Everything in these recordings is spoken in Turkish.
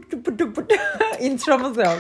Intromuz yok.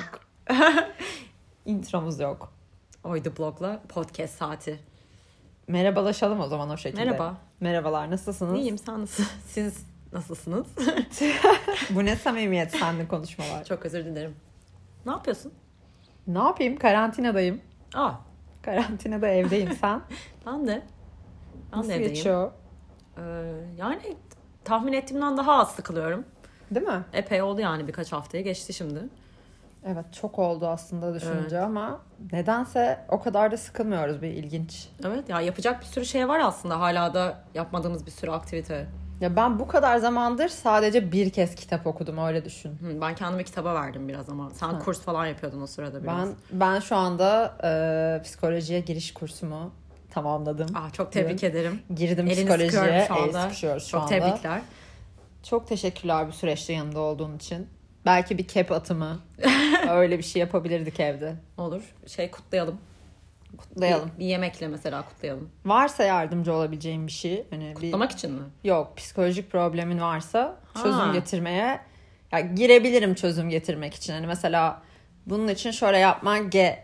Intromuz yok. Oydu blogla podcast saati. Merhabalaşalım o zaman o şekilde. Merhaba. Merhabalar, nasılsınız? İyiyim, sen nasılsın? Siz nasılsınız? Bu ne samimiyet seninle konuşmalar. Çok özür dilerim. Ne yapıyorsun? Ne yapayım? Karantinadayım. Aa, Karantinada evdeyim, sen? ben de. Ben Nasıl de evdeyim. geçiyor? Yani tahmin ettiğimden daha az sıkılıyorum. Değil mi? Epey oldu yani, birkaç haftaya geçti şimdi. Evet, çok oldu aslında düşününce Evet. ama nedense o kadar da sıkılmıyoruz, bir ilginç. Evet ya, yapacak bir sürü şey var aslında, hala da yapmadığımız bir sürü aktivite. Ya ben bu kadar zamandır sadece bir kez kitap okudum, öyle düşün. Ben kendime kitaba verdim biraz ama sen kurs falan yapıyordun o sırada biraz. Ben şu anda psikolojiye giriş kursumu tamamladım. Çok tebrik ederim. Girdim Elini psikolojiye. sıkıyorum şu anda. Sıkışıyoruz şu Çok anda. tebrikler. Çok teşekkürler bu süreçte yanımda olduğun için. Belki bir kep atımı öyle bir şey yapabilirdik evde. Olur. Kutlayalım. Kutlayalım. Bir yemekle mesela kutlayalım. Varsa yardımcı olabileceğim bir şey. Hani Kutlamak için mi? Yok, psikolojik problemin varsa Ha. çözüm getirmeye girebilirim çözüm getirmek için. Hani mesela bunun için şöyle yapman gibi.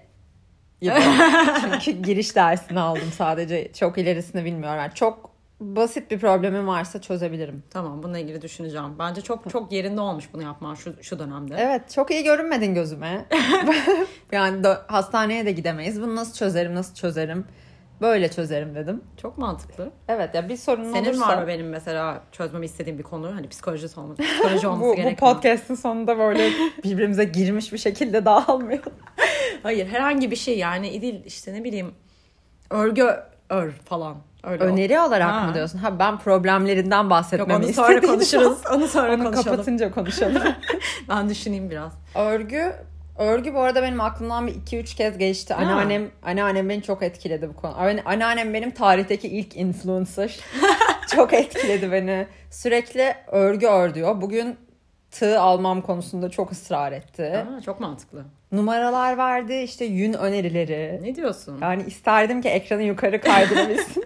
Çünkü giriş dersini aldım sadece. Çok ilerisini bilmiyorum. Yani çok basit bir problemin varsa çözebilirim. Tamam, bununla ilgili düşüneceğim. Bence çok yerinde olmuş bunu yapman şu dönemde. Evet, çok iyi görünmedin gözüme. Yani hastaneye de gidemeyiz. Bunu nasıl çözerim? Böyle çözerim dedim. Çok mantıklı. Evet ya, bir sorun Senin olursa. var mı benim mesela çözmemi istediğim bir konu? Hani psikoloji olması bu gerekmiyor. podcast'ın sonunda böyle birbirimize girmiş bir şekilde dağılmıyor. Hayır, herhangi bir şey yani İdil, işte ne bileyim, örgü falan. Öyle Öneri olarak mı diyorsun? Ben problemlerinden bahsetmemi Yok, onu sonra istedim. konuşuruz. Onu sonra Onu konuşalım. kapatınca konuşalım. Ben düşüneyim biraz. Örgü bu arada benim aklımdan bir 2-3 kez geçti. Anneannem beni çok etkiledi bu konu. Anneannem benim tarihteki ilk influencer. Çok etkiledi beni. Sürekli örgü diyor. Bugün tığ almam konusunda çok ısrar etti. Çok mantıklı. Numaralar verdi, işte yün önerileri. Ne diyorsun? Yani isterdim ki ekranı yukarı kaydırabilsin.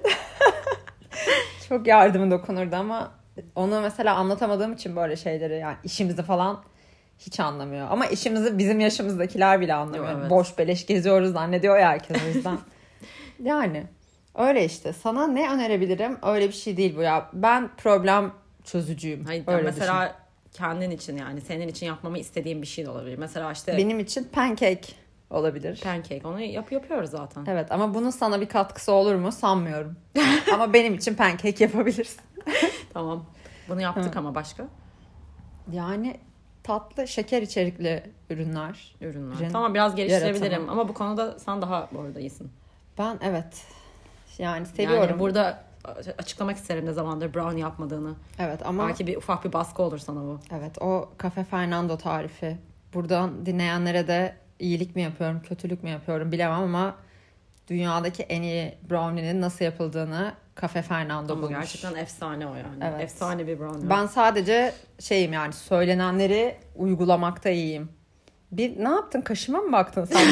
Çok yardımı dokunurdu ama onu mesela anlatamadığım için böyle şeyleri, yani işimizi falan hiç anlamıyor. Ama işimizi bizim yaşımızdakiler bile anlamıyor. Evet. Boş beleş geziyoruz zannediyor ya herkes, o yüzden. Yani öyle işte. Sana ne önerebilirim? Öyle bir şey değil bu ya. Ben problem çözücüyüm. Hayır, öyle mesela düşün. kendin için, yani senin için yapmamı istediğim bir şey de olabilir. Mesela işte Benim için pancake olabilir. pancake, onu yapıyoruz zaten. Evet, ama bunun sana bir katkısı olur mu sanmıyorum. Ama benim için pancake yapabilirsin. Tamam. Bunu yaptık ama başka Yani tatlı, şeker içerikli ürünler. Tamam, biraz geliştirebilirim yaratamam. ama bu konuda sen daha bu arada iyisin. Ben yani seviyorum. Yani burada açıklamak isterim ne zamandır brownie yapmadığını. Evet ama Belki ufak bir baskı olur sana bu. evet, o Cafe Fernando tarifi. Buradan dinleyenlere de iyilik mi yapıyorum, kötülük mü yapıyorum bilemem ama dünyadaki en iyi brownie'nin nasıl yapıldığını Cafe Fernando Ama bulmuş. gerçekten efsane o yani. Evet. Efsane bir brownie. Ben sadece yani söylenenleri uygulamakta iyiyim. Ne yaptın? Kaşıma mı baktın sen?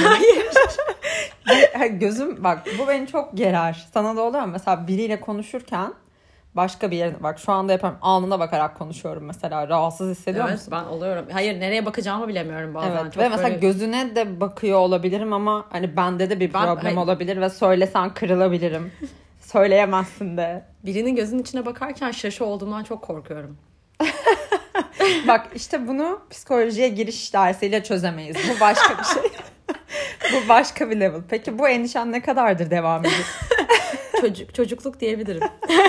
Hayır. Gözüm, bak bu beni çok gerer. Sana da oluyor mu? Mesela biriyle konuşurken başka bir yerine, bak şu anda yapıyorum, alnına bakarak konuşuyorum mesela. Rahatsız hissediyor musun? Evet, ben oluyorum. Hayır, nereye bakacağımı bilemiyorum bazen. Evet, çok ve mesela böyle... gözüne de bakıyor olabilirim ama hani bende de bir problem olabilir ve söylesen kırılabilirim. Söyleyemezsin de. Birinin gözünün içine bakarken şaşı olduğumdan çok korkuyorum. Bak işte bunu psikolojiye giriş dersiyle çözemeyiz. Bu başka bir şey. Bu başka bir level. Peki bu endişen ne kadardır devam ediyor? Çocukluk diyebilirim.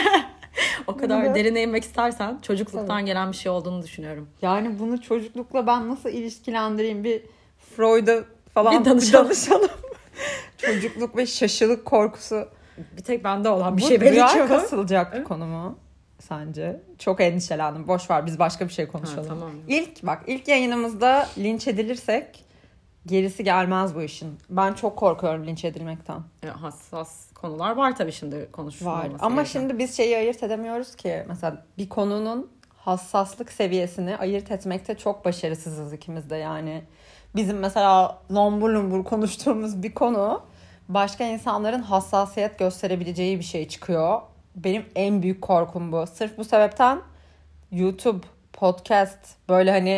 O kadar derine inmek istersen çocukluktan gelen bir şey olduğunu düşünüyorum. Yani bunu çocuklukla ben nasıl ilişkilendireyim? Bir Freud'a falan bir danışalım. Çocukluk ve şaşılık korkusu. Bir tek bende olan bir Bu şey belli ki. Bu kasılacak bir konu mu sence? Çok endişelendim. Boş ver, biz başka bir şey konuşalım. Tamam. İlk yayınımızda linç edilirsek gerisi gelmez bu işin. Ben çok korkuyorum linç edilmekten. Hassas konular var tabii şimdi konuşulması var. Ama gereken. şimdi biz şeyi ayırt edemiyoruz ki. Mesela bir konunun hassaslık seviyesini ayırt etmekte çok başarısızız ikimiz de yani. Bizim mesela lombur lombur konuştuğumuz bir konu başka insanların hassasiyet gösterebileceği bir şey çıkıyor. Benim en büyük korkum bu. Sırf bu sebepten YouTube, podcast, böyle hani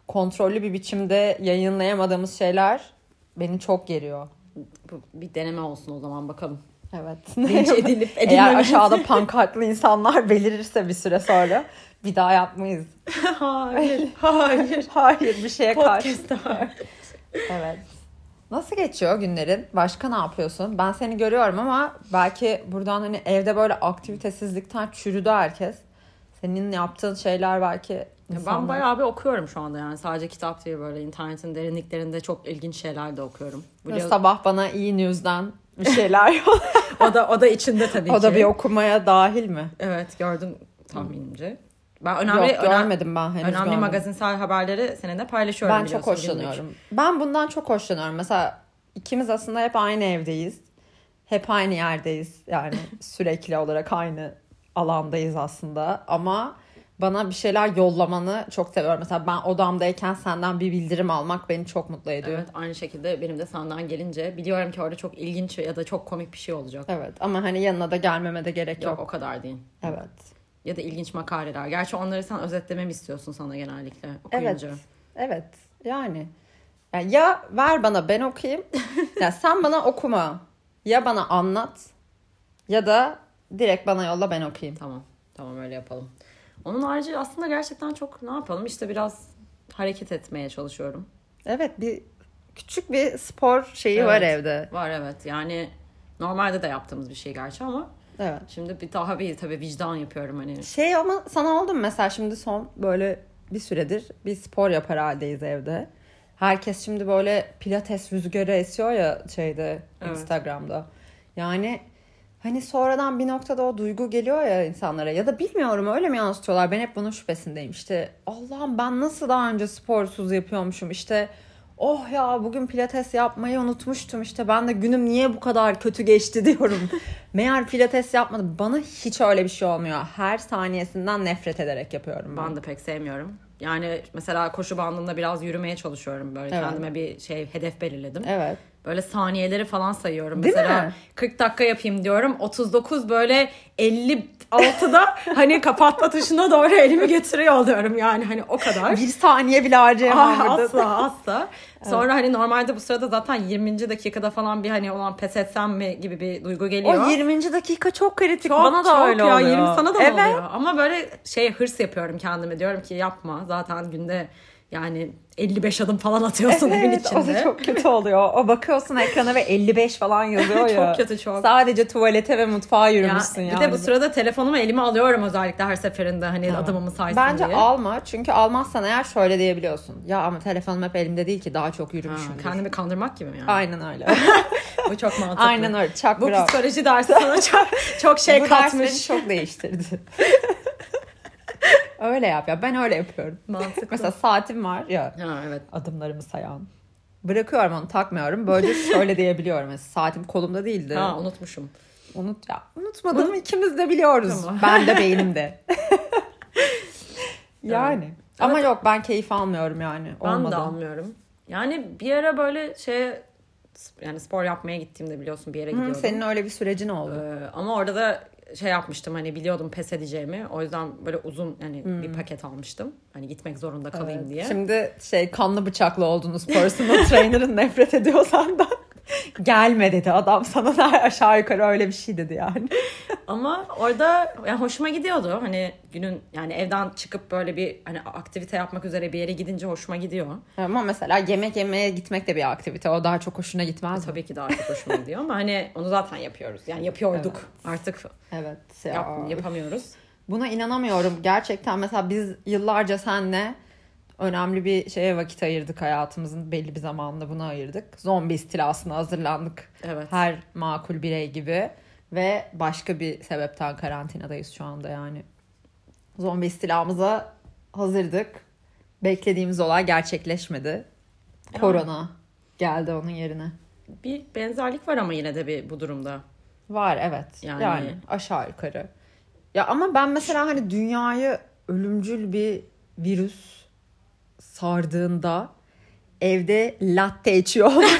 kontrollü bir biçimde yayınlayamadığımız şeyler beni çok geriyor. Bu bir deneme olsun o zaman, bakalım. Evet. Linç edilip Eğer aşağıda pankartlı insanlar belirirse bir süre sonra bir daha yapmayız. Hayır. Hayır. Hayır, bir şeye karşı. Podcast'ta. Evet. Nasıl geçiyor günlerin? Başka ne yapıyorsun? Ben seni görüyorum ama belki buradan hani evde böyle aktivitesizlikten çürüdü herkes. Senin yaptığın şeyler belki insanlar... Ben bayağı bir okuyorum şu anda yani. Sadece kitap değil, böyle internetin derinliklerinde çok ilginç şeyler de okuyorum. Sabah bana e-news'dan bir şeyler yok. o da içinde tabii ki. O da bir okumaya dahil mi? Evet, gördüm tahminimce. Ben görmedim ben henüz. Önemli magazinsel haberleri seninle paylaşıyorum. Ben çok hoşlanıyorum. Ben bundan çok hoşlanıyorum. Mesela ikimiz aslında hep aynı evdeyiz. Hep aynı yerdeyiz. Yani sürekli olarak aynı alandayız aslında. Ama bana bir şeyler yollamanı çok seviyorum. Mesela ben odamdayken senden bir bildirim almak beni çok mutlu ediyor. Evet, aynı şekilde benim de senden gelince biliyorum ki orada çok ilginç ya da çok komik bir şey olacak. Evet, ama hani yanına da gelmeme de gerek yok. Yok, o kadar değil. Evet. Ya da ilginç makaleler. Gerçi onları sen özetlememi istiyorsun sana genellikle okuyunca. Evet. Yani ya ver bana, ben okuyayım. Ya sen bana okuma. Ya bana anlat ya da direkt bana yolla, ben okuyayım. Tamam, öyle yapalım. Onun harici aslında gerçekten çok ne yapalım, işte biraz hareket etmeye çalışıyorum. Evet, küçük bir spor şeyi var evde. Var, evet. Yani normalde de yaptığımız bir şey gerçi ama evet. Şimdi bir daha tabii vicdan yapıyorum hani. Ama sana oldu mu mesela, şimdi son böyle bir süredir bir spor yapar haldeyiz evde. Herkes şimdi böyle pilates rüzgarı esiyor ya evet. Instagram'da. Yani hani sonradan bir noktada o duygu geliyor ya insanlara, ya da bilmiyorum öyle mi yansıtıyorlar, ben hep bunun şüphesindeyim. İşte Allah'ım, ben nasıl daha önce sporsuz yapıyormuşum, işte oh ya bugün pilates yapmayı unutmuştum, işte ben de günüm niye bu kadar kötü geçti diyorum. Meğer pilates yapmadım. Bana hiç öyle bir şey olmuyor. Her saniyesinden nefret ederek yapıyorum ben. Ben de pek sevmiyorum. Yani mesela koşu bandında biraz yürümeye çalışıyorum. Böyle kendime bir hedef belirledim. Evet. Böyle saniyeleri falan sayıyorum. Değil mesela mi? 40 dakika yapayım diyorum. 39 böyle 56'da hani kapatma tuşuna doğru elimi getiriyor oluyorum. Yani hani o kadar. Bir saniye bile harcayamam burada. Asla. Sonra hani normalde bu sırada zaten 20. dakikada falan bir hani olan pes etsem mi gibi bir duygu geliyor. O 20. dakika çok kritik. Bana da öyle ya, oluyor. 20 sana da mı oluyor? Ama böyle hırs yapıyorum kendime. Diyorum ki yapma. Zaten günde yani 55 adım falan atıyorsun evin içinde. O da çok kötü oluyor. O bakıyorsun ekrana ve 55 falan yazıyor ya. Çok kötü, çok. Sadece tuvalete ve mutfağa yürümüşsün Bir de bu sırada telefonumu elime alıyorum özellikle her seferinde hani adımımı saysın Bence diye. Bence alma. Çünkü almazsan eğer şöyle diyebiliyorsun. Ya ama telefonum hep elimde değil ki, daha çok yürümüşüm. Kendimi kandırmak gibi mi yani? Aynen öyle. Bu çok mantıklı. Aynen öyle. Bu psikoloji dersi sana çok şey bu katmış. Bu ders beni çok değiştirdi. Öyle yap ya. Ben öyle yapıyorum. Mantıklı. Mesela saatim var ya. Evet. Adımlarımı sayan. Bırakıyorum onu, takmıyorum. Böylece şöyle diyebiliyorum. Mesela saatim kolumda değildi. Unutmuşum. Unutmadım. İkimiz de biliyoruz. Tamam. Ben de beynimde. Yani. Evet. Ama yok, ben keyif almıyorum yani. Ben de almıyorum. Yani bir ara böyle yani spor yapmaya gittiğimde biliyorsun bir yere gidiyordum. Senin öyle bir sürecin oldu. Ama orada da yapmıştım, hani biliyordum pes edeceğimi. O yüzden böyle uzun bir paket almıştım. Hani gitmek zorunda kalayım diye. Şimdi kanlı bıçaklı oldunuz personal trainer'ın nefret ediyor senden. Gelme dedi adam sana, aşağı yukarı öyle bir şey dedi yani. Ama orada yani hoşuma gidiyordu. Hani günün yani evden çıkıp böyle bir hani aktivite yapmak üzere bir yere gidince hoşuma gidiyor. Ama mesela yemek yemeye gitmek de bir aktivite. O daha çok hoşuna gitmez mi? Tabii ki daha çok hoşuma gidiyor ama hani onu zaten yapıyoruz. Yani yapıyorduk. Evet. Artık yapamıyoruz. Buna inanamıyorum. Gerçekten mesela biz yıllarca seninle önemli bir şeye vakit ayırdık, hayatımızın belli bir zamanında buna ayırdık. Zombi istilasına hazırlandık. Evet. Her makul birey gibi ve başka bir sebepten karantinadayız şu anda yani. Zombi istilamıza hazırdık. Beklediğimiz olay gerçekleşmedi. Korona geldi onun yerine. Bir benzerlik var ama yine de bu durumda. Var, evet. Yani aşağı yukarı. Ya ama ben mesela hani dünyayı ölümcül bir virüs sardığında evde latte içiyor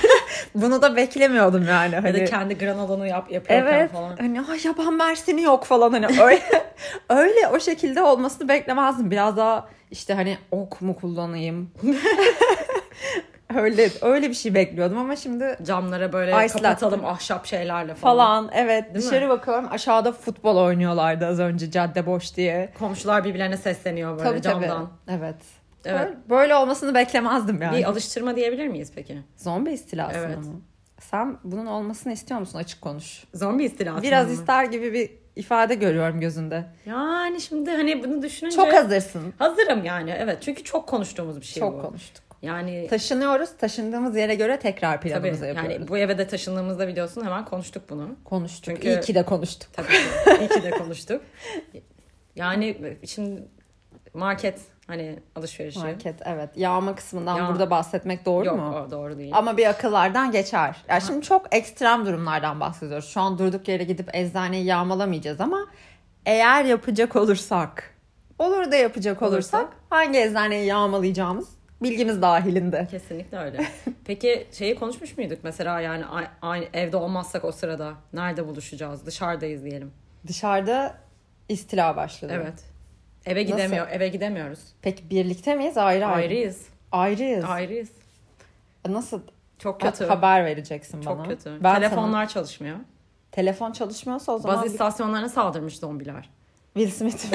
Bunu da beklemiyordum yani. Ya Hani, da kendi granolanı yapıyorken evet, falan. hani yaban mersini yok falan, hani öyle o şekilde olmasını beklemezdim. Biraz daha işte hani ok mu kullanayım? öyle bir şey bekliyordum ama şimdi Camlara böyle Ice kapatalım latte ahşap şeylerle falan. falan, evet, Değil dışarı mi? bakıyorum, aşağıda futbol oynuyorlardı az önce, cadde boş diye. Komşular birbirlerine sesleniyor böyle Tabii camdan. evet. Evet. Böyle olmasını beklemezdim yani. Bir alıştırma diyebilir miyiz peki? Zombi istilası Evet. mı? Sen bunun olmasını istiyor musun? Açık konuş. Zombi istilası Biraz mı? ister gibi bir ifade görüyorum gözünde. Yani şimdi hani bunu düşününce... Çok hazırsın. Hazırım yani, evet. Çünkü çok konuştuğumuz bir şey bu. Çok konuştuk. Yani Taşınıyoruz. Taşındığımız yere göre tekrar tabii planımızı yapıyoruz. yani bu eve de taşındığımızda biliyorsun hemen konuştuk bunu. Konuştuk. Çünkü- İyi ki de konuştuk. Tabii ki. İyi ki de konuştuk. Yani şimdi market hani alışverişi. Market, evet. Yağma kısmından Yağ- burada bahsetmek doğru Yok, mu? o doğru değil. Ama bir akıllardan geçer. Ya şimdi çok ekstrem durumlardan bahsediyoruz. Şu an durduk yere gidip eczaneyi yağmalamayacağız ama eğer yapacak olursak, olur da yapacak olursak hangi eczaneyi yağmalayacağımız bilgimiz dahilinde. Kesinlikle öyle. Peki şeyi konuşmuş muyduk mesela, yani aynı evde olmazsak o sırada nerede buluşacağız? Dışarıdayız diyelim. Dışarıda istila başladı. Evet. Eve gidemiyoruz. Peki birlikte miyiz? Ayrı ayrı. Ayrıyız. Ayrıyız. Ayrıyız. Nasıl Çok kötü. haber vereceksin Çok bana? kötü. Ben Telefonlar çalışmıyor. telefon çalışmıyorsa o zaman Bazı istasyonlarına saldırmış zombiler. Will Smith.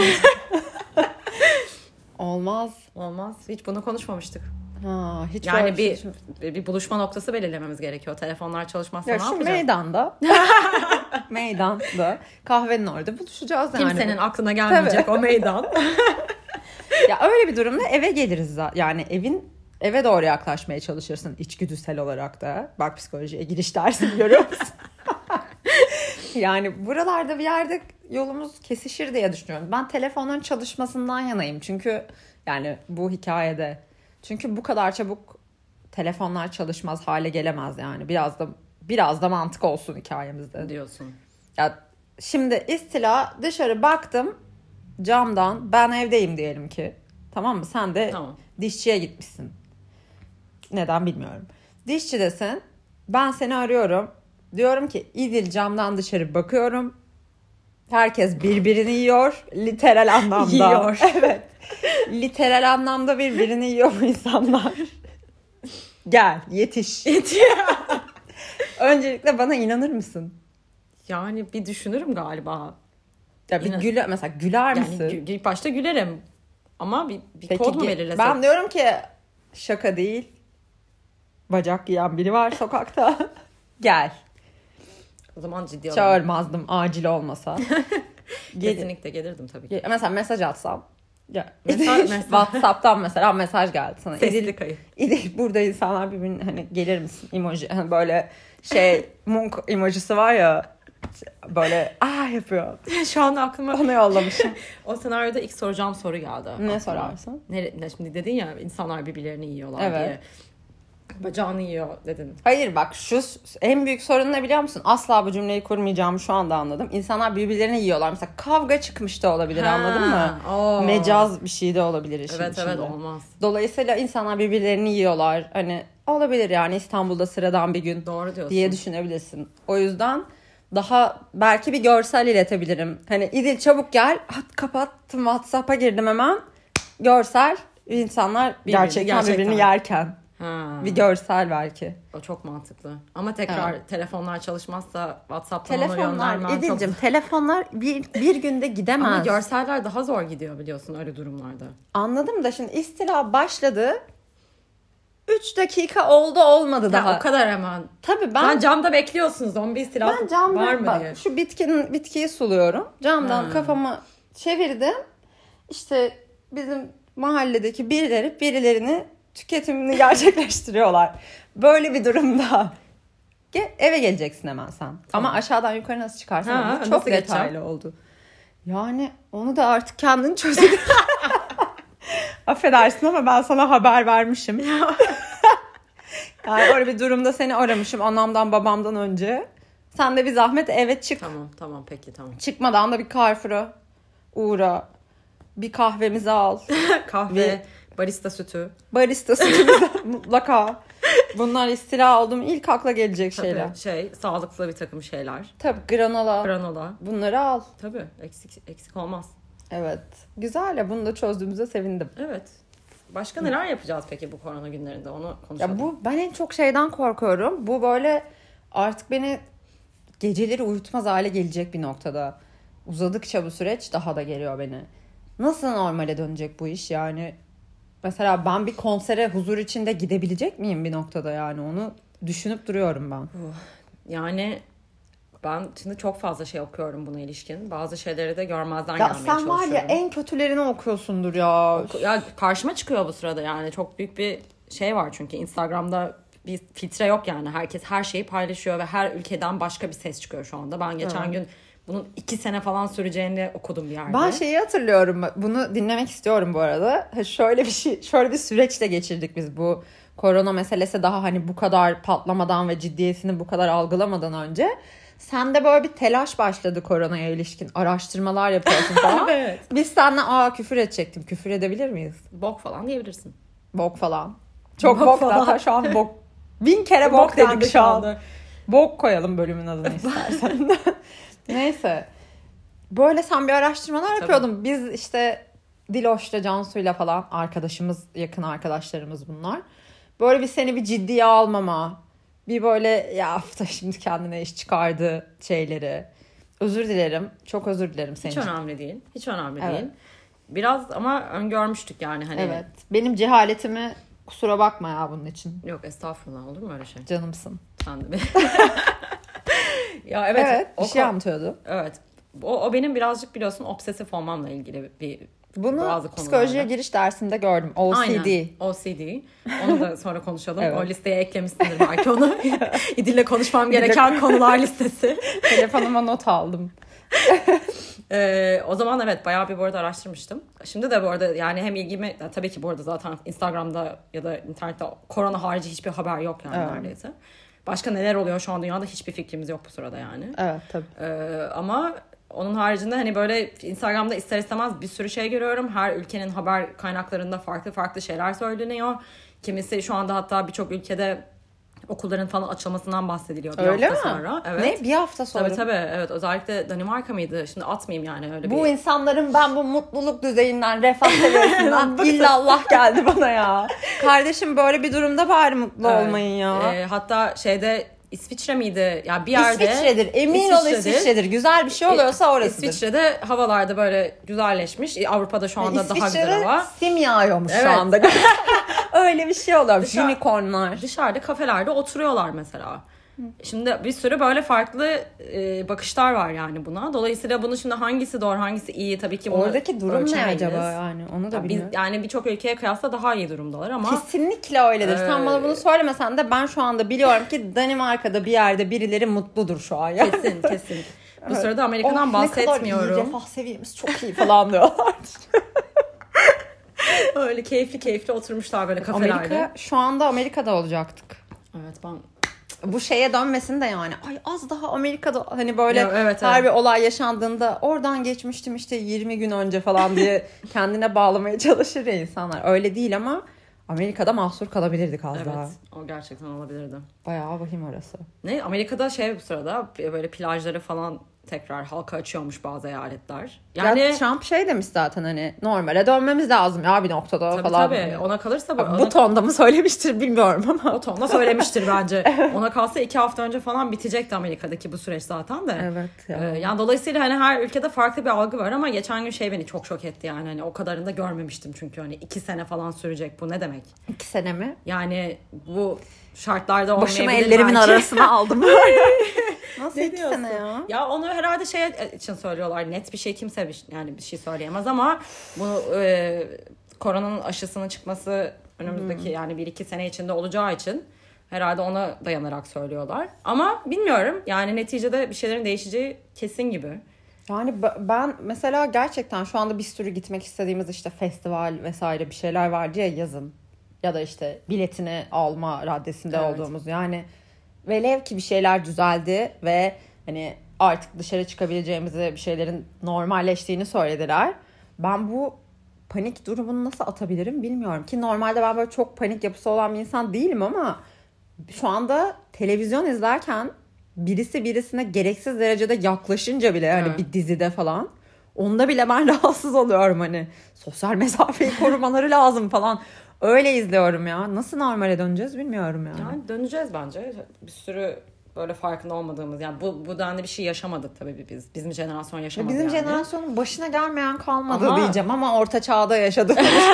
Olmaz. Olmaz. Hiç bunu konuşmamıştık. Ha, hiç Yani böyle bir şey bir buluşma noktası belirlememiz gerekiyor. Telefonlar çalışmazsa Ya ne şu yapacağız? meydanda kahvenin orada buluşacağız yani. Kimsenin aklına gelmeyecek o meydan. Ya öyle bir durumda eve geliriz yani eve doğru yaklaşmaya çalışırsın içgüdüsel olarak da. Bak, psikolojiye giriş dersi görüyor musun? Yani buralarda bir yerde yolumuz kesişir diye düşünüyorum. Ben telefonun çalışmasından yanayım. Çünkü yani bu hikayede. Çünkü bu kadar çabuk telefonlar çalışmaz hale gelemez yani. Biraz da mantık olsun hikayemizde. Diyorsun. Ya şimdi istila, dışarı baktım camdan, ben evdeyim diyelim ki. Tamam mı? Sen de Tamam. dişçiye gitmişsin. Neden bilmiyorum. Dişçidesin. Ben seni arıyorum. Diyorum ki İdil, camdan dışarı bakıyorum. Herkes birbirini yiyor. Literal anlamda. Yiyor. Evet. Literal anlamda birbirini yiyor bu insanlar. Gel, yetiş. Öncelikle bana inanır mısın? Yani bir düşünürüm galiba. Ya bir mesela güler misin? Yani ilk başta gülerim. Ama bir Peki, kod mu belirlesek? ben diyorum ki şaka değil. Bacak yiyen biri var sokakta. Gel. O zaman ciddi alalım. Çağırmazdım acil olmasa. Kesinlikle gelirdim tabii ki. Mesela mesaj atsam. Ya, Mesaj. WhatsApp'tan mesela mesaj geldi sana. Sesli kayıt. İdil, burada insanlar birbirine hani gelir misin emoji, hani böyle munk emojisi var ya, böyle yapıyor. Şu anda aklıma Onu yollamışım. o senaryoda ilk soracağım soru geldi. Ne sorarsın? Şimdi dedin ya insanlar birbirlerini yiyorlar Evet. diye. Bacağını yiyor dedin. Hayır, bak, şu en büyük sorun ne biliyor musun? Asla bu cümleyi kurmayacağımı şu anda anladım. İnsanlar birbirlerini yiyorlar. Mesela kavga çıkmış da olabilir, anladın mı? Oo. Mecaz bir şey de olabilir işin Evet içinde. olmaz. Dolayısıyla insanlar birbirlerini yiyorlar. Hani olabilir yani, İstanbul'da sıradan bir gün Doğru diyorsun. diye düşünebilirsin. O yüzden daha belki bir görsel iletebilirim. Hani İdil çabuk gel. Kapattım, WhatsApp'a girdim hemen. Görsel, insanlar gerçekten birbirini yerken. Bir görsel belki. O çok mantıklı. Ama tekrar telefonlar çalışmazsa WhatsApp'tan onu Telefonlar, göndermem İdil'cim, çok... telefonlar bir günde gidemez. Ama görseller daha zor gidiyor biliyorsun öyle durumlarda. Anladım da şimdi istila başladı. 3 dakika olmadı daha. O kadar hemen. Tabii Sen camda bekliyorsun zombi istilası ben camda var mı diye. şu bitkiyi suluyorum. Camdan kafamı çevirdim. İşte bizim mahalledeki birilerini tüketimini gerçekleştiriyorlar. Böyle bir durumda eve geleceksin hemen sen. Tamam. Ama aşağıdan yukarı nasıl çıkarsan, bu çok nasıl detaylı geçeceğim? oldu. Yani onu da artık kendin çözün. Affedersin ama ben sana haber vermişim. Yani öyle bir durumda seni aramışım anamdan babamdan önce. Sen de bir zahmet eve çık. Tamam peki tamam. Çıkmadan da bir Carrefour'a uğra. Bir kahvemizi al. Kahve, barista sütü. Barista sütümüzü mutlaka. Bunlar istila oldu mu ilk akla gelecek Tabii, şeyler. sağlıklı bir takım şeyler. Tabii granola. Granola. Bunları al. Tabii eksik olmaz. Evet. Güzel ya, bunu da çözdüğümüze sevindim. Evet. Başka neler yapacağız peki bu korona günlerinde, onu konuşalım. Ya ben en çok şeyden korkuyorum. Bu böyle artık beni geceleri uyutmaz hale gelecek bir noktada. Uzadıkça bu süreç daha da geliyor beni. Nasıl normale dönecek bu iş yani? Mesela ben bir konsere huzur içinde gidebilecek miyim bir noktada yani? Onu düşünüp duruyorum ben. Yani ben şimdi çok fazla şey okuyorum buna ilişkin. Bazı şeyleri de görmezden Ya gelmeye sen çalışıyorum. var ya en kötülerini okuyorsundur ya. Ya karşıma çıkıyor bu sırada yani. Çok büyük bir şey var çünkü Instagram'da bir filtre yok yani. Herkes her şeyi paylaşıyor ve her ülkeden başka bir ses çıkıyor şu anda. Ben geçen gün bunun 2 sene falan süreceğini okudum bir yerde. Ben şeyi hatırlıyorum. Bunu dinlemek istiyorum bu arada. Şöyle bir süreçle geçirdik biz bu korona meselesi daha hani bu kadar patlamadan ve ciddiyetini bu kadar algılamadan önce. Sende böyle bir telaş başladı koronaya ilişkin. Araştırmalar yapıyorsun falan. Evet. Biz seninle küfür edecektim. Küfür edebilir miyiz? Bok falan diyebilirsin. Bok falan. Çok bok falan. zaten şu an bok. 1000 kere bok dedik şu an. Bok koyalım bölümün adını istersen. Neyse. Böyle sen bir araştırmalar yapıyordun. Biz işte Diloş'la Cansu'yla falan arkadaşımız, yakın arkadaşlarımız bunlar. Böyle seni bir ciddiye almama. Bir böyle ya da şimdi kendine iş çıkardı şeyleri. Özür dilerim. Çok özür dilerim senin Hiç için. önemli değil. Hiç önemli değil. Biraz ama öngörmüştük yani hani. Evet. Benim cehaletimi kusura bakma ya bunun için. Yok estağfurullah, olur mu öyle şey? Canımsın. Sen de. Ya evet. Evet. Bir şey anlatıyordu. Evet. O benim birazcık biliyorsun obsesif olmamla ilgili bir bunu bazı psikolojiye giriş dersinde gördüm. OCD. Aynen. OCD. Onu da sonra konuşalım. Evet. O listeye eklemişsindir belki onu. İdil'le konuşmam gereken konular listesi. Telefonuma not aldım. O zaman evet bayağı bir bu arada araştırmıştım. Şimdi de bu arada yani hem ilgimi tabii ki bu arada zaten Instagram'da ya da internette korona harici hiçbir haber yok yani neredeyse. Başka neler oluyor şu an dünyada hiçbir fikrimiz yok bu sırada yani. Evet tabii. Ama onun haricinde hani böyle Instagram'da ister istemez bir sürü şey görüyorum. Her ülkenin haber kaynaklarında farklı farklı şeyler söyleniyor. Kimisi şu anda hatta birçok ülkede okulların falan açılmasından bahsediliyor bir öyle hafta mi? sonra. Evet. Ne? Bir hafta sonra? Tabii evet, özellikle Danimarka mıydı? Şimdi atmayayım yani öyle bu bir. insanların ben bu mutluluk düzeyinden, refah seviyesinden illallah geldi bana ya. Kardeşim böyle bir durumda bari mutlu olmayın ya. Hatta şeyde İsviçre miydi? Ya bir yerde. İsviçre'dir. Emin ol İsviçre'dir. Güzel bir şey oluyorsa orasıdır. İsviçre'de havalarda böyle güzelleşmiş. Avrupa'da şu anda daha güzel hava. sim yağıyormuş evet. şu anda. Öyle bir şey oluyormuş. Unicornlar. Dışarıda kafelerde oturuyorlar mesela. Şimdi bir sürü böyle farklı bakışlar var yani buna. Dolayısıyla bunun şimdi hangisi doğru, hangisi iyi tabii ki bunu oradaki durum ölçemeyiz. ne acaba yani? Onu da bilmiyorum. Yani birçok ülkeye kıyasla daha iyi durumdalar ama. Kesinlikle öyledir. Sen bana bunu söylemesen de ben şu anda biliyorum ki Danimarka'da bir yerde birileri mutludur şu an. Ya. Kesin. Bu sırada Amerika'dan bahsetmiyorum. Ne kadar iyi, refah seviyemiz çok iyi falan diyorlar. Öyle keyifli oturmuşlar böyle kafelerde. Şu anda Amerika'da olacaktık. Evet ben. Bu şeye dönmesin de yani. Ay az daha Amerika'da hani böyle ya, her bir olay yaşandığında oradan geçmiştim işte 20 gün önce falan diye kendine bağlamaya çalışır ya insanlar. Öyle değil ama Amerika'da mahsur kalabilirdik az daha. Evet o gerçekten olabilirdi. Bayağı vahim orası. Ne Amerika'da bu sırada böyle plajları falan tekrar halka açıyormuş bazı eyaletler. Yani ya Trump demiş zaten hani normale dönmemiz lazım ya bir noktada tabii, falan. Tabii ona kalırsa bu tonda mı söylemiştir bilmiyorum ama. O tonda söylemiştir bence. Ona kalsa 2 hafta önce falan bitecekti Amerika'daki bu süreç zaten de. Evet ya. Yani dolayısıyla hani her ülkede farklı bir algı var ama geçen gün beni çok şok etti yani hani o kadarını da görmemiştim çünkü hani 2 sene falan sürecek bu ne demek? 2 sene mi? Yani bu şartlarda olmayabilir. Başımı ellerimin belki. Arasına aldım. Nasıl 2 sene ya? Ya onu herhalde için söylüyorlar. Net bir şey kimse bir şey söyleyemez ama bunu koronanın aşısının çıkması önümüzdeki yani 1-2 sene içinde olacağı için herhalde ona dayanarak söylüyorlar. Ama bilmiyorum. Yani neticede bir şeylerin değişeceği kesin gibi. Yani ben mesela gerçekten şu anda bir sürü gitmek istediğimiz işte festival vesaire bir şeyler vardı ya yazın. Ya da işte biletini alma raddesinde olduğumuz yani velev ki bir şeyler düzeldi ve hani artık dışarı çıkabileceğimizi bir şeylerin normalleştiğini söylediler. Ben bu panik durumunu nasıl atabilirim bilmiyorum ki normalde ben böyle çok panik yapısı olan bir insan değilim ama şu anda televizyon izlerken birisi birisine gereksiz derecede yaklaşınca bile hani bir dizide falan onda bile ben rahatsız oluyorum hani sosyal mesafeyi korumaları lazım falan. Öyle izliyorum ya. Nasıl normale döneceğiz bilmiyorum yani. Yani döneceğiz bence. Bir sürü böyle farkında olmadığımız yani bu denli bir şey yaşamadık tabii biz. Bizim jenerasyon yaşamadı Bizim yani. jenerasyonun başına gelmeyen kalmadı diyeceğim ama orta çağda yaşadık.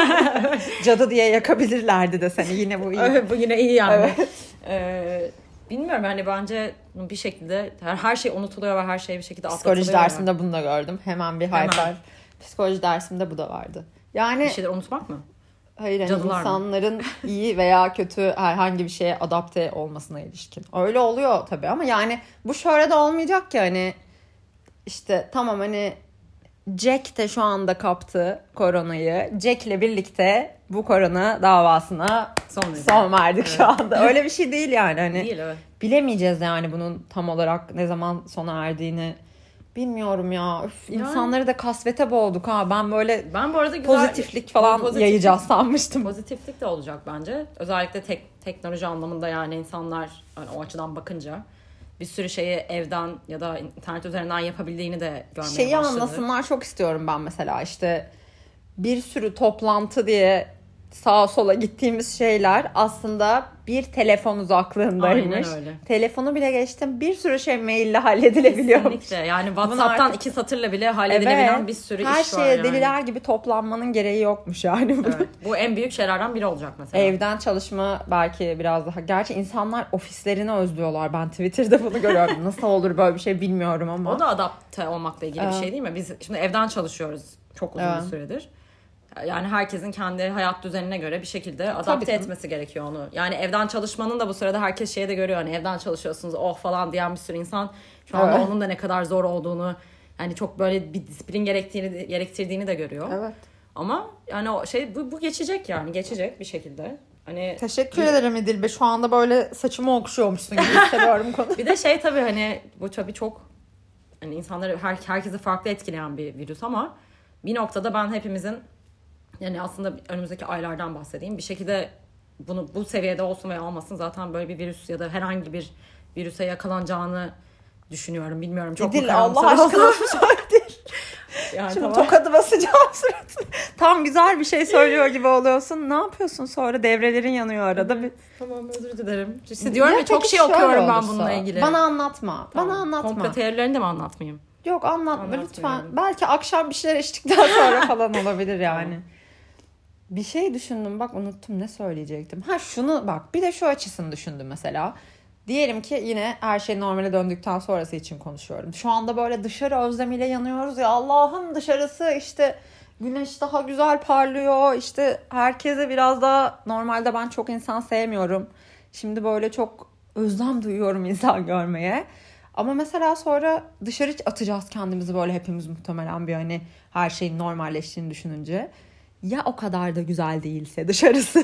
Cadı diye yakabilirlerdi de seni yine bu iyi. Evet, bu yine iyi yani. Evet. Bilmiyorum yani bence bir şekilde her şey unutuluyor ve her şey bir şekilde atlatılıyor. Psikoloji dersinde bunu da gördüm. Hemen bir hyper. Psikoloji dersimde bu da vardı. Yani bir şeyler unutmak mı? Hayır yani insanların iyi veya kötü herhangi bir şeye adapte olmasına ilişkin. Öyle oluyor tabii ama yani bu şöyle de olmayacak ki hani işte tamam hani Jack de şu anda kaptı koronayı. Jack'le birlikte bu korona davasına son verdik şu anda. Öyle bir şey değil yani. Hani değil, evet. Bilemeyeceğiz yani bunun tam olarak ne zaman sona erdiğini. Bilmiyorum ya. Üf, yani, insanları da kasvete boğduk ha. Ben bu arada güzel, pozitiflik falan yayacağız sanmıştım. Pozitiflik de olacak bence. Özellikle teknoloji anlamında yani insanlar yani o açıdan bakınca bir sürü şeyi evden ya da internet üzerinden yapabildiğini de görmeye başladı. Şeyi anlasınlar çok istiyorum ben mesela işte bir sürü toplantı diye sağa sola gittiğimiz şeyler aslında bir telefon uzaklığındaymış. Aynen öyle. Telefonu bile geçtim bir sürü şey maille halledilebiliyormuş. Kesinlikle yani WhatsApp'tan iki satırla bile halledilebilen bir sürü iş var. Her şeye deliler gibi toplanmanın gereği yokmuş yani. Evet, bu en büyük şeylerden biri olacak mesela. Evden çalışma belki biraz daha. Gerçi insanlar ofislerini özlüyorlar. Ben Twitter'da bunu görüyorum. Nasıl olur böyle bir şey bilmiyorum ama. O da adapte olmakla ilgili bir şey değil mi? Biz şimdi evden çalışıyoruz çok uzun bir süredir. Yani herkesin kendi hayat düzenine göre bir şekilde adapte etmesi gerekiyor onu. Yani evden çalışmanın da bu sırada herkes şeye de görüyor. Hani evden çalışıyorsunuz oh falan diyen bir sürü insan şu anda onun da ne kadar zor olduğunu yani çok böyle bir disiplin gerektirdiğini de görüyor. Evet. Ama yani o şey bu geçecek yani geçecek bir şekilde. Hani teşekkür ederim İdil. Şu anda böyle saçımı okşuyormuşsun gibi hissediyorum konu. Bir de şey tabii hani bu tabii çok hani insanları herkesi farklı etkileyen bir virüs ama bir noktada ben hepimizin yani aslında önümüzdeki aylardan bahsedeyim. Bir şekilde bunu bu seviyede olsun veya olmasın zaten böyle bir virüs ya da herhangi bir virüse yakalanacağını düşünüyorum. Bilmiyorum çok mu karamsar Allah aşkına söyledir. Yani şimdi tokadı basacağım suratına. Tam güzel bir şey söylüyor gibi oluyorsun. Ne yapıyorsun sonra devrelerin yanıyor arada. Tamam özür dilerim. İşte diyorum ya çok şey okuyorum ben bununla ilgili. Bana anlatma. Tamam. Bana anlatma. Komplo teorilerini de mi anlatmayayım? Yok anlatma lütfen. Belki akşam bir şeyler içtikten sonra falan olabilir yani. Bir şey düşündüm bak unuttum ne söyleyecektim. Şunu bak bir de şu açısını düşündüm mesela. Diyelim ki yine her şey normale döndükten sonrası için konuşuyorum. Şu anda böyle dışarı özlemiyle yanıyoruz ya Allah'ım dışarısı işte güneş daha güzel parlıyor. İşte herkese biraz daha normalde ben çok insan sevmiyorum. Şimdi böyle çok özlem duyuyorum insan görmeye. Ama mesela sonra dışarı atacağız kendimizi böyle hepimiz muhtemelen bir hani her şeyin normalleştiğini düşününce. Ya o kadar da güzel değilse dışarısı.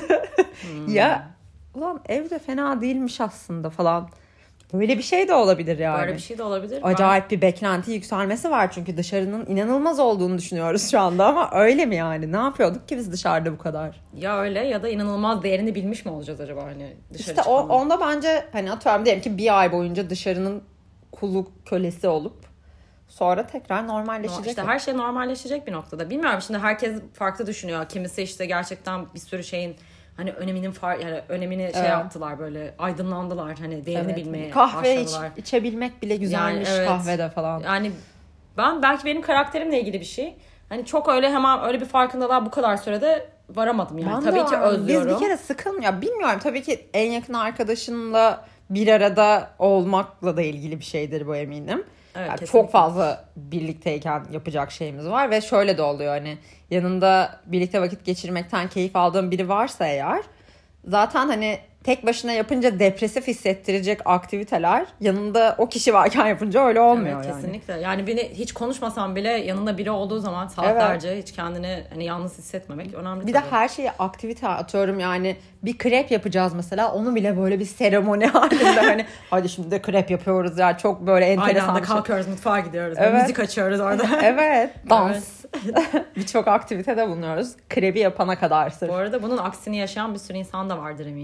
Ya ulan evde fena değilmiş aslında falan. Böyle bir şey de olabilir yani. Böyle bir şey de olabilir. Acayip bir beklenti yükselmesi var çünkü dışarının inanılmaz olduğunu düşünüyoruz şu anda ama öyle mi yani? Ne yapıyorduk ki biz dışarıda bu kadar? Ya öyle ya da inanılmaz değerini bilmiş mi olacağız acaba hani dışarı İşte onda bence hani atıyorum diyelim ki bir ay boyunca dışarının kulu kölesi olup sonra tekrar normalleşecek. İşte her şey normalleşecek bir noktada. Bilmiyorum şimdi herkes farklı düşünüyor. Kimisi işte gerçekten bir sürü şeyin hani önemini şey yaptılar böyle aydınlandılar hani değerini bilmeye başladılar. Kahve içebilmek bile güzelmiş yani, kahvede falan. Yani belki benim karakterimle ilgili bir şey. Hani çok öyle hemen öyle bir farkındalığa bu kadar sürede varamadım yani. Ben tabii ki özlüyorum. Biz bir kere ya bilmiyorum tabii ki en yakın arkadaşınla bir arada olmakla da ilgili bir şeydir bu eminim. Evet, yani çok fazla birlikteyken yapacak şeyimiz var ve şöyle de oluyor hani yanında birlikte vakit geçirmekten keyif aldığım biri varsa eğer zaten hani tek başına yapınca depresif hissettirecek aktiviteler yanında o kişi varken yapınca öyle olmuyor yani. Kesinlikle. Yani hiç konuşmasam bile yanında biri olduğu zaman saatlerce hiç kendini hani yalnız hissetmemek önemli. Bir de her şeye aktivite atıyorum yani bir krep yapacağız mesela onu bile böyle bir seremoni halinde hani hadi şimdi de krep yapıyoruz ya çok böyle enteresan. Aynı anda kalkıyoruz mutfağa gidiyoruz. Müzik açıyoruz orada. Evet dans. Birçok aktivitede bulunuyoruz. Krebi yapana kadar sırf. Bu arada bunun aksini yaşayan bir sürü insan da vardır eminim.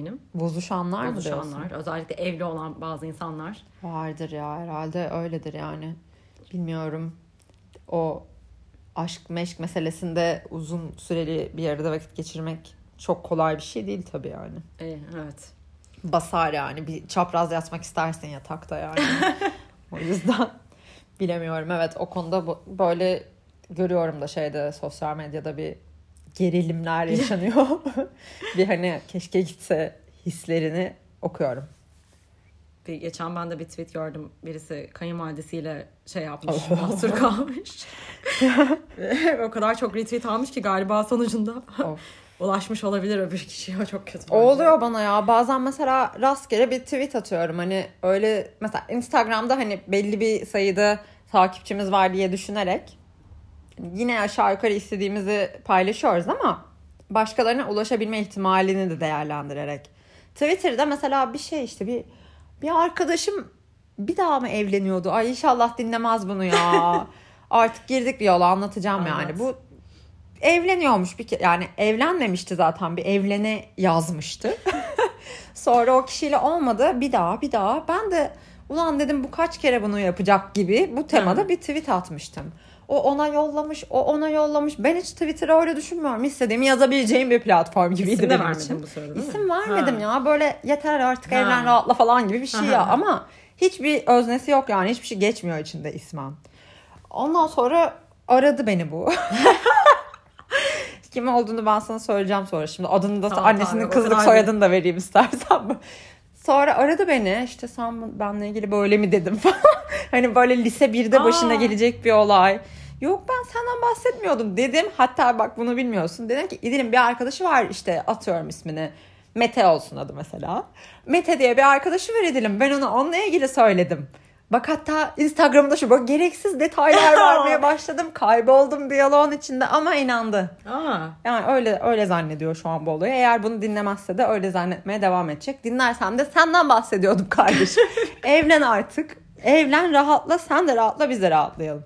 Bozuşanlar mı diyorsun? Bozuşanlar. Özellikle evli olan bazı insanlar. Vardır ya, herhalde öyledir yani. Bilmiyorum. O aşk meşk meselesinde uzun süreli bir arada vakit geçirmek çok kolay bir şey değil tabii yani. Evet. Basar yani. Bir çapraz yatmak istersin yatakta yani. O yüzden bilemiyorum. Evet, o konuda böyle görüyorum da sosyal medyada bir gerilimler yaşanıyor. Bir hani keşke gitse hislerini okuyorum. Geçen ben de bir tweet gördüm. Birisi kayınvalidesiyle yapmış. Mahsur kalmış. O kadar çok retweet almış ki galiba sonucunda ulaşmış olabilir öbür kişiye. O çok kötü. Oluyor bana ya. Bazen mesela rastgele bir tweet atıyorum. Hani öyle mesela Instagram'da hani belli bir sayıda takipçimiz var diye düşünerek yine aşağı yukarı istediğimizi paylaşıyoruz ama başkalarına ulaşabilme ihtimalini de değerlendirerek. Twitter'da mesela bir arkadaşım bir daha mı evleniyordu? Ay inşallah dinlemez bunu ya. Artık girdik bir yola, anlatacağım yani. Bu evleniyormuş yani evlenmemişti zaten, bir evlene yazmıştı. Sonra o kişiyle olmadı, bir daha. Ben de ulan dedim bu kaç kere bunu yapacak gibi bu temada bir tweet atmıştım. O ona yollamış, o ona yollamış. Ben hiç Twitter'ı öyle düşünmüyorum. İstediğimi yazabileceğim bir platform gibiydi benim için. Bu sırada, değil mi? İsim vermedim ya. Böyle yeter artık evlen rahatla falan gibi bir şey ya. Ama hiçbir öznesi yok yani. Hiçbir şey geçmiyor içinde ismen. Ondan sonra aradı beni bu. Kim olduğunu ben sana söyleyeceğim sonra. Şimdi adını da annesinin kızlık soyadını da vereyim istersen. Sonra aradı beni. İşte sen benimle ilgili böyle mi dedim falan. Hani böyle lise 1'de başına gelecek bir olay. Yok ben senden bahsetmiyordum dedim. Hatta bak bunu bilmiyorsun. Dedim ki İdil'in bir arkadaşı var, işte atıyorum ismini. Mete olsun adı mesela. Mete diye bir arkadaşı var İdil'in. Ben ona onunla ilgili söyledim. Bak hatta Instagram'da böyle gereksiz detaylar vermeye başladım. Kayboldum diyaloğun içinde ama inandı. Yani öyle zannediyor şu an bu olayı. Eğer bunu dinlemezse de öyle zannetmeye devam edecek. Dinlersem de senden bahsediyordum kardeşim. Evlen artık. Evlen, rahatla. Sen de rahatla, biz de rahatlayalım.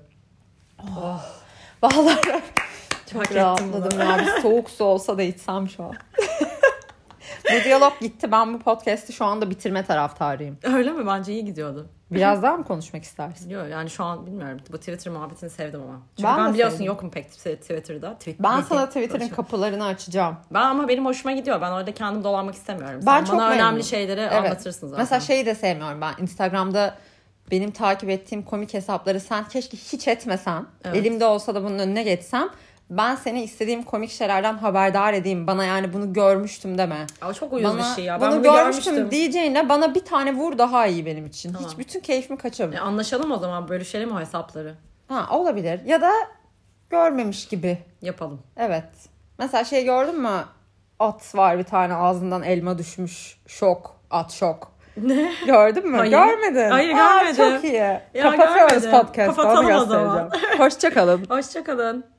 Vallahi çok rahatladım ya. Bir soğuk su olsa da içsem şu an. Bu diyalog gitti. Ben bu podcast'i şu anda bitirme taraftarıyım. Öyle mi? Bence iyi gidiyordu. Biraz daha mı konuşmak istersin? Yok yani şu an bilmiyorum. Bu Twitter muhabbetini sevdim ama. Çünkü ben biliyorsun sevdim. Yokum pek Twitter'da. Ben sana Twitter'ın kapılarını açacağım. Ama benim hoşuma gidiyor. Ben orada kendim dolanmak istemiyorum. Sen bana önemli şeyleri anlatırsın zaten. Mesela şeyi de sevmiyorum ben. Instagram'da benim takip ettiğim komik hesapları sen keşke hiç etmesen. Evet. Elimde olsa da bunun önüne geçsem. Ben seni istediğim komik şeylerden haberdar edeyim. Bana yani bunu görmüştüm deme. Ama çok uyuz bir şey ya. Ben bunu görmüştüm diyeceğine bana bir tane vur daha iyi benim için. Tamam. Hiç bütün keyfimi kaçırma. Anlaşalım o zaman, bölüşelim o hesapları. Olabilir. Ya da görmemiş gibi. Yapalım. Evet. Mesela gördün mü? At var bir tane, ağzından elma düşmüş. Şok. At şok. Ne? Gördün mü? Hayır. Görmedin. Hayır görmedim. Çok iyi. Kapatıyoruz podcast'ı. Kapatalım o zaman. Hoşça kalın. Hoşça kalın.